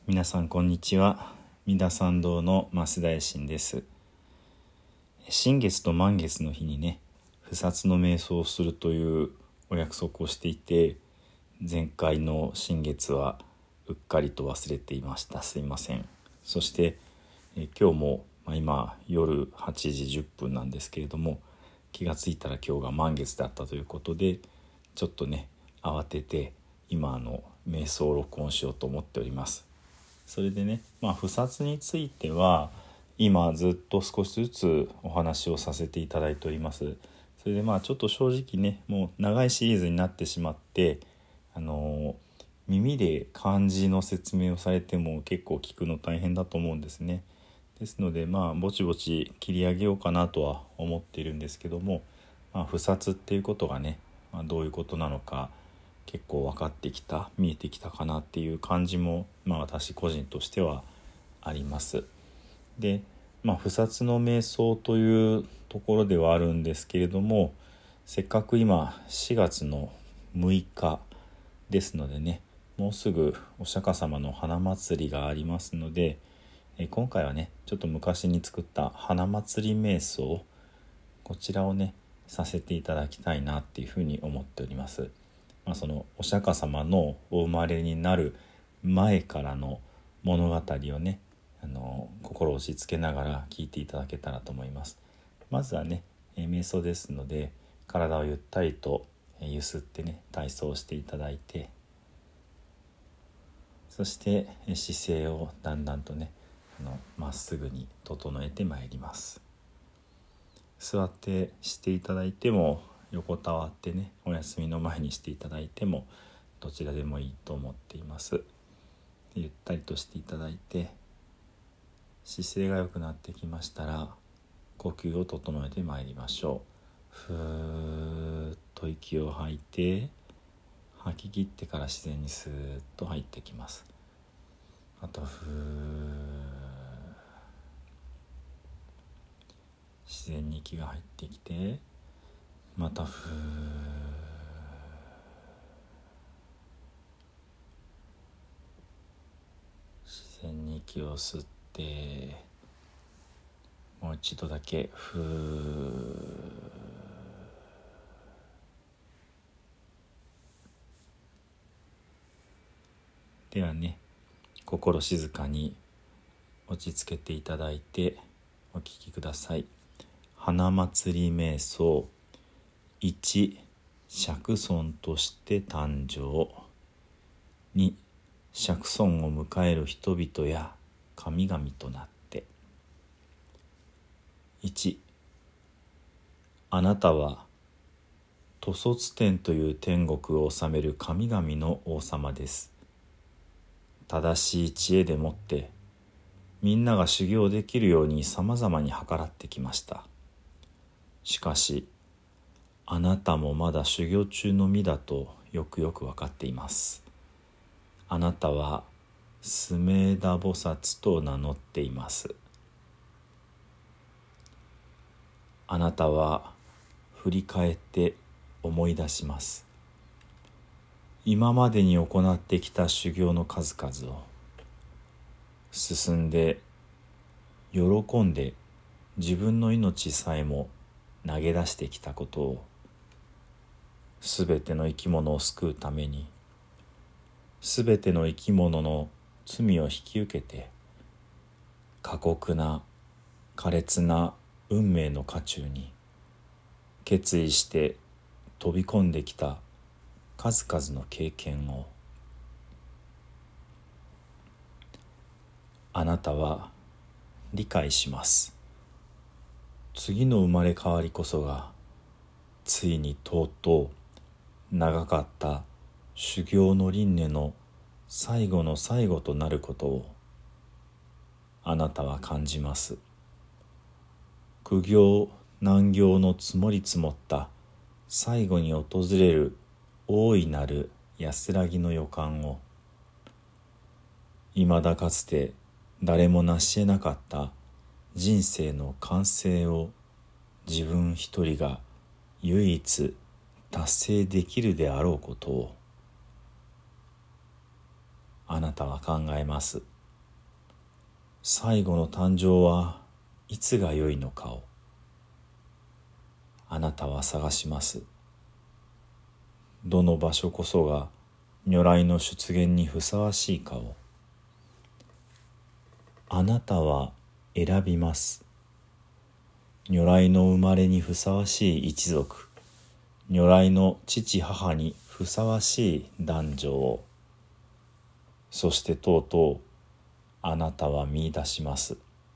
皆さんこんにちは。三田参道の増田衛進です。新月と満月の日にね、不殺の瞑想をするというお約束をしていて、前回の新月はうっかりと忘れていました。すいません。そして今日も、今夜8時10分なんですけれども、気がついたら今日が満月だったということで、ちょっとね慌てて今瞑想を録音しようと思っております。それでね、不殺については今ずっと少しずつお話をさせていただいております。それでちょっと正直ね、もう長いシリーズになってしまって、耳で漢字の説明をされても結構聞くの大変だと思うんですね。ですのでぼちぼち切り上げようかなとは思っているんですけども、不殺っていうことがね、どういうことなのか結構分かってきた、見えてきたかなっていう感じも、私個人としてはあります。で、不殺の瞑想というところではあるんですけれども、せっかく今4月の6日ですのでね、もうすぐお釈迦様の花祭りがありますので、今回はねちょっと昔に作った花祭り瞑想、こちらをねさせていただきたいなっていうふうに思っております。そのお釈迦様のお生まれになる前からの物語をね、心を押し付けながら聞いていただけたらと思います。まずはね、瞑想ですので体をゆったりとゆすってね体操していただいて、そして姿勢をだんだんとねまっすぐに整えてまいります。座ってしていただいても、横たわってねお休みの前にしていただいてもどちらでもいいと思っています。ゆったりとしていただいて、姿勢が良くなってきましたら呼吸を整えてまいりましょう。ふーっと息を吐いて、吐き切ってから自然にスーッと入ってきます。あとふー、自然に息が入ってきて、またふー、自然に息を吸って、もう一度だけふー。ではね、心静かに落ち着けていただいてお聞きください。花祭り瞑想1、釈尊として誕生。2、釈尊を迎える人々や神々となって。1、あなたは兜率天という天国を治める神々の王様です。正しい知恵でもってみんなが修行できるようにさまざまに計らってきました。しかしあなたもまだ修行中の身だとよくよく分かっています。あなたはスメーダ菩薩と名乗っています。あなたは振り返って思い出します。今までに行ってきた修行の数々を、進んで喜んで自分の命さえも投げ出してきたことを、すべての生き物を救うために、すべての生き物の罪を引き受けて、過酷な苛烈な運命の渦中に決意して飛び込んできた数々の経験を、あなたは理解します。次の生まれ変わりこそが、ついにとうとう長かった修行の輪廻の最後の最後となることをあなたは感じます。苦行難行の積もり積もった最後に訪れる大いなる安らぎの予感を、いまだかつて誰も成し得なかった人生の完成を自分一人が唯一達成できるであろうことをあなたは考えます。 最後の誕生はいつがよいのかをあなたは探します。どの場所こそが如来の出現にふさわしいかをあなたは選びます。如来の生まれにふさわしい一族、如来の父母にふさわしい男女を、そしてとうとうあなたは見出します。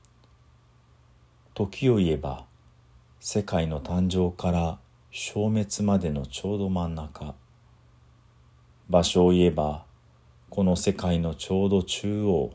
時を言えば世界の誕生から消滅までのちょうど真ん中、場所を言えばこの世界のちょうど中央、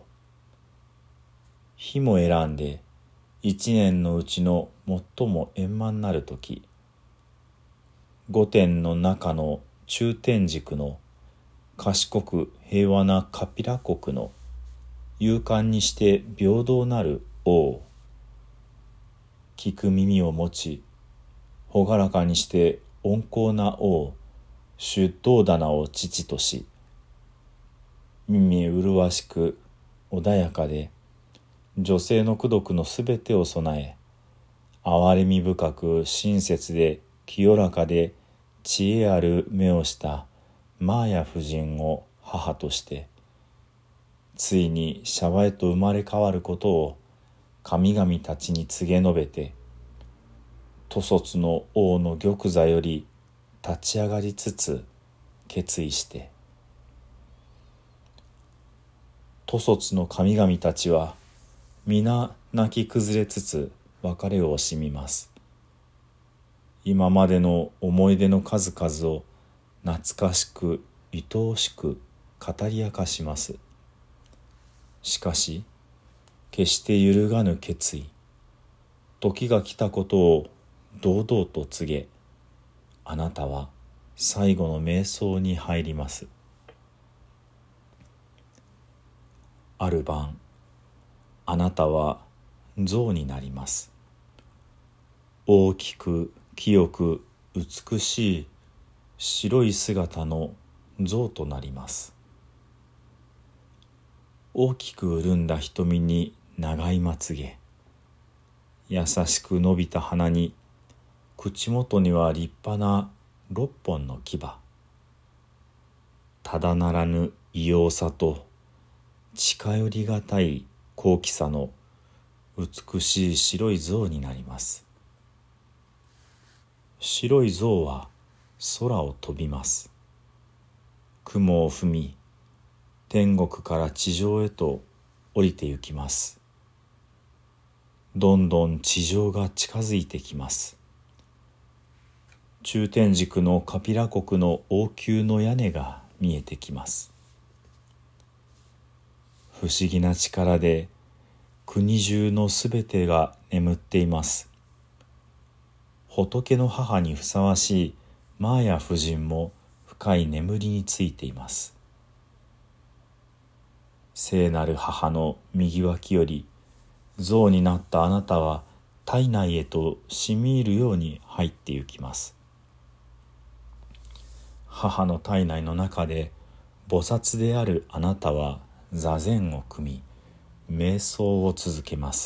日も選んで一年のうちの最も円満なる時、五天の中の中天軸の賢く平和なカピラ国の勇敢にして平等なる王、聞く耳を持ち朗らかにして温厚な王出頭棚を父とし、耳麗しく穏やかで女性の功徳のすべてを備え、憐れみ深く親切で清らかで知恵ある目をしたマーヤ夫人を母として、ついにシャバへと生まれ変わることを神々たちに告げ述べて、兜率の王の玉座より立ち上がりつつ決意して、兜率の神々たちは皆泣き崩れつつ別れを惜しみます。今までの思い出の数々を懐かしく愛おしく語り明かします。しかし決して揺るがぬ決意、時が来たことを堂々と告げ、あなたは最後の瞑想に入ります。ある晩、あなたは象になります。大きく清く美しい白い姿の象となります。大きく潤んだ瞳に長いまつげ、優しく伸びた鼻に、口元には立派な6本の牙、ただならぬ異様さと近寄りがたい高貴さの美しい白い象になります。白い象は空を飛びます。雲を踏み、天国から地上へと降りてゆきます。どんどん地上が近づいてきます。中天竺のカピラ国の王宮の屋根が見えてきます。不思議な力で国中のすべてが眠っています。仏の母にふさわしいマーヤ夫人も深い眠りについています。聖なる母の右脇より象になったあなたは体内へと染み入るように入ってゆきます。母の体内の中で菩薩であるあなたは座禅を組み瞑想を続けます。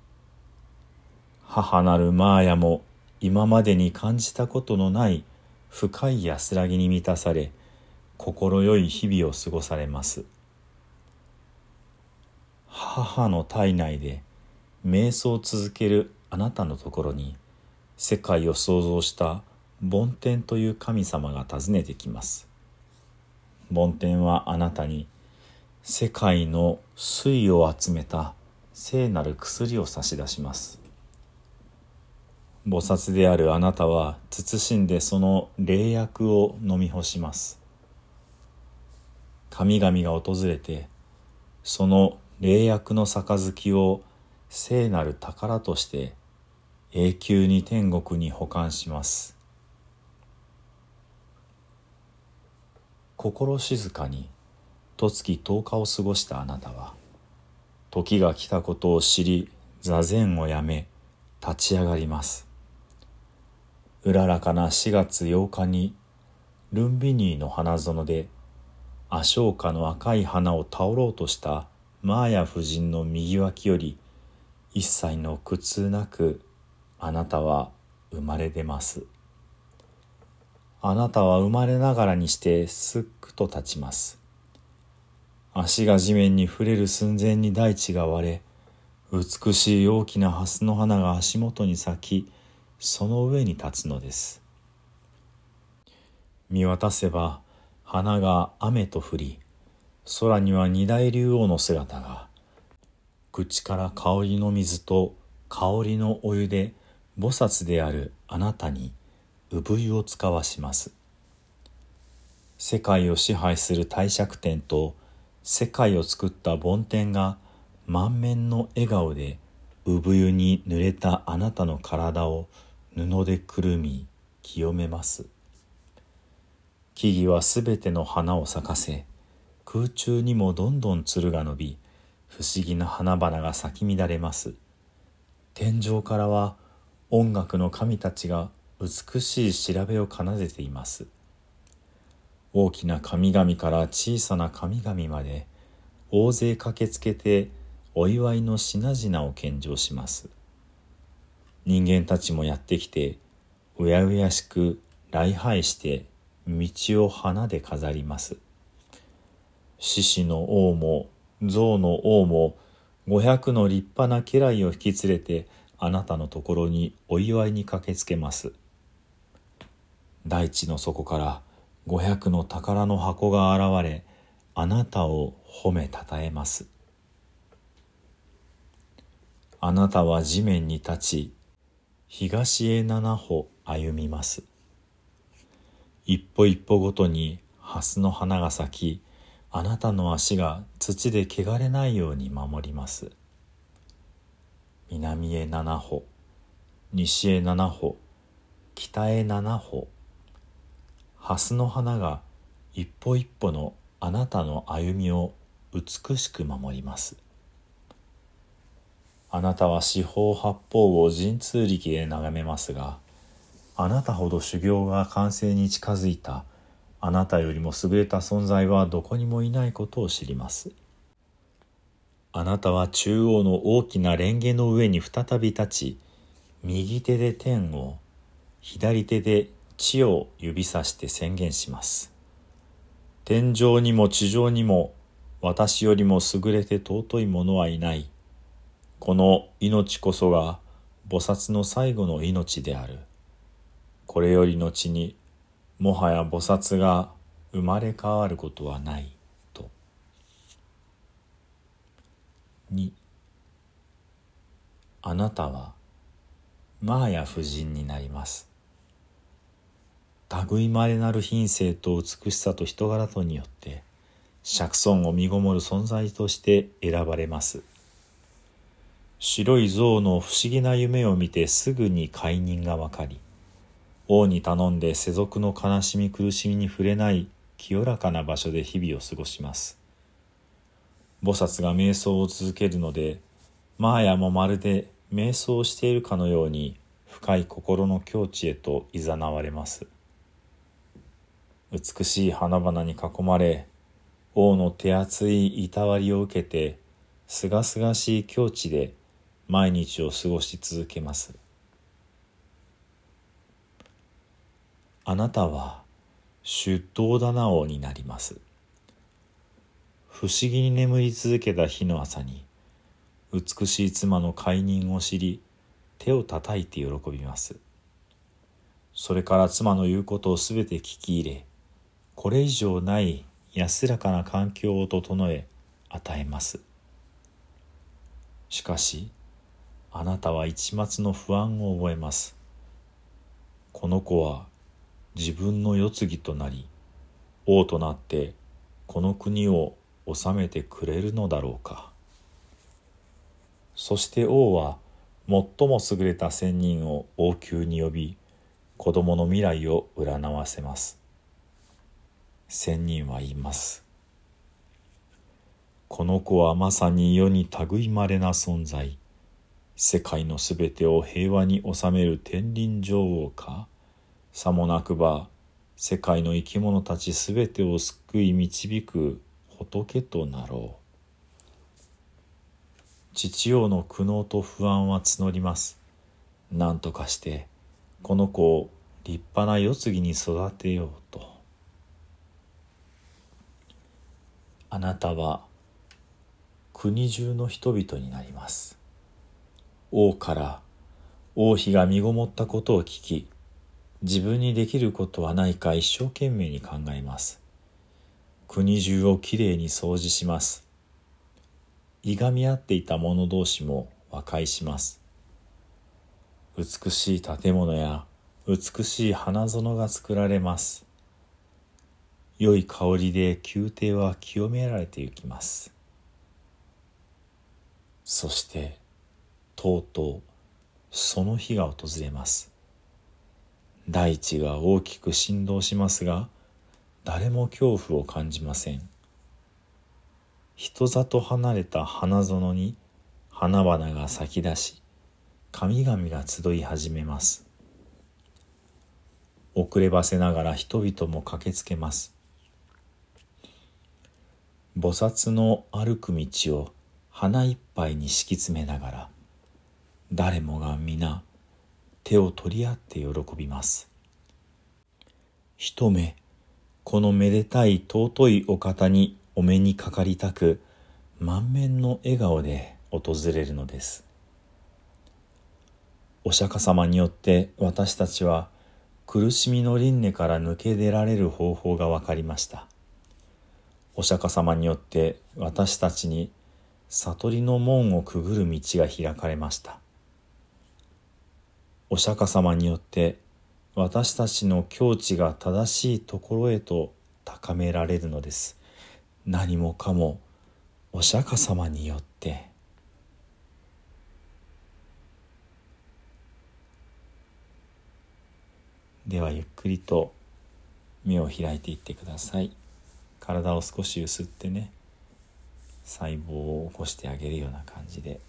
母なるマーヤも今までに感じたことのない深い安らぎに満たされ、心よい日々を過ごされます。母の体内で瞑想を続けるあなたのところに、世界を創造した梵天という神様が訪ねてきます。梵天はあなたに世界の水を集めた聖なる薬を差し出します。菩薩であるあなたは慎んでその霊薬を飲み干します。神々が訪れてその霊薬の杯を聖なる宝として永久に天国に保管します。心静かに十月10日を過ごしたあなたは、時が来たことを知り座禅をやめ立ち上がります。うららかな4月8日にルンビニーの花園でアショウカの赤い花をたおろうとしたマーヤ夫人の右脇より一切の苦痛なくあなたは生まれ出ます。あなたは生まれながらにしてすっくと立ちます。足が地面に触れる寸前に大地が割れ、美しい大きな蓮の花が足元に咲き、その上に立つのです。見渡せば花が雨と降り、空には二大竜王の姿が、口から香りの水と香りのお湯で菩薩であるあなたに産湯を使わします。世界を支配する帝釈天と世界を作った梵天が満面の笑顔で産湯に濡れたあなたの体を布でくるみ清めます。木々はすべての花を咲かせ、空中にもどんどんつるが伸び、不思議な花々が咲き乱れます。天井からは音楽の神たちが美しい調べを奏でています。大きな神々から小さな神々まで大勢駆けつけてお祝いの品々を献上します。人間たちもやってきてうやうやしく礼拝して道を花で飾ります。獅子の王も象の王も500の立派な家来を引き連れてあなたのところにお祝いに駆けつけます。大地の底から500の宝の箱が現れ、あなたを褒めたたえます。あなたは地面に立ち、東へ7歩歩みます。一歩一歩ごとに蓮の花が咲き、あなたの足が土で汚れないように守ります。南へ7歩、西へ7歩、北へ7歩。蓮の花が一歩一歩のあなたの歩みを美しく守ります。あなたは四方八方を神通力で眺めますが、あなたほど修行が完成に近づいたあなたよりも優れた存在はどこにもいないことを知ります。あなたは中央の大きな蓮華の上に再び立ち、右手で天を、左手で地を指さして宣言します。天上にも地上にも私よりも優れて尊いものはいない。この命こそが菩薩の最後の命である。これより後にもはや菩薩が生まれ変わることはないと。2、あなたはマーヤ夫人になります。類いまれなる品性と美しさと人柄とによって釈尊を身ごもる存在として選ばれます。白い象の不思議な夢を見てすぐに解任がわかり、王に頼んで世俗の悲しみ苦しみに触れない清らかな場所で日々を過ごします。菩薩が瞑想を続けるので、マーヤもまるで瞑想をしているかのように深い心の境地へと誘われます。美しい花々に囲まれ、王の手厚いいたわりを受けて、すがすがしい境地で毎日を過ごし続けます。あなたは出頭棚王になります。不思議に眠り続けた日の朝に、美しい妻の解任を知り、手を叩いて喜びます。それから妻の言うことをすべて聞き入れ、これ以上ない安らかな環境を整え、与えます。しかし、あなたは一抹の不安を覚えます。この子は自分の世継ぎとなり、王となってこの国を治めてくれるのだろうか。そして王は最も優れた仙人を王宮に呼び、子供の未来を占わせます。仙人は言います。この子はまさに世に類いまれな存在。世界のすべてを平和に治める天輪女王か。さもなくば世界の生き物たちすべてを救い導く仏となろう。 父親の苦悩と不安は募ります。なんとかしてこの子を立派な世継ぎに育てようと。あなたは国中の人々になります。王から王妃が身ごもったことを聞き、自分にできることはないか一生懸命に考えます。国中をきれいに掃除します。いがみ合っていた者同士も和解します。美しい建物や美しい花園が作られます。良い香りで宮廷は清められてゆきます。そしてとうとうその日が訪れます。大地が大きく振動しますが、誰も恐怖を感じません。人里離れた花園に花々が咲き出し、神々が集い始めます。遅ればせながら人々も駆けつけます。菩薩の歩く道を花いっぱいに敷き詰めながら、誰もが皆手を取り合って喜びます。一目このめでたい尊いお方にお目にかかりたく、満面の笑顔で訪れるのです。お釈迦様によって私たちは苦しみの輪廻から抜け出られる方法が分かりました。お釈迦様によって私たちに悟りの門をくぐる道が開かれました。お釈迦様によって私たちの境地が正しいところへと高められるのです。何もかもお釈迦様によって。ではゆっくりと目を開いていってください。体を少しゆすってね、細胞を起こしてあげるような感じで。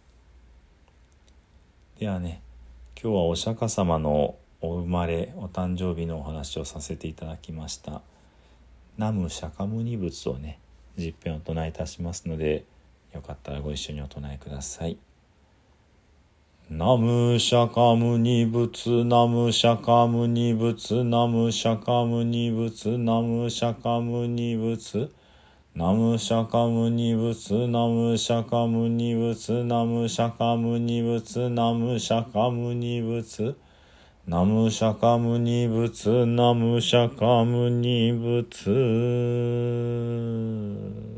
ではね、今日はお釈迦様のお生まれお誕生日のお話をさせていただきました。ナム釈迦牟尼仏をね、十遍お唱えいたしますので、よかったらご一緒にお唱えください。ナム釈迦牟尼仏、ナム釈迦牟尼仏、ナム釈迦牟尼仏、ナム釈迦牟尼仏、ナム釈迦牟尼仏、ナム釈迦牟尼仏、ナム釈迦牟尼仏、ナム釈迦牟尼仏、ナム釈迦牟尼仏、ナム釈迦牟尼仏。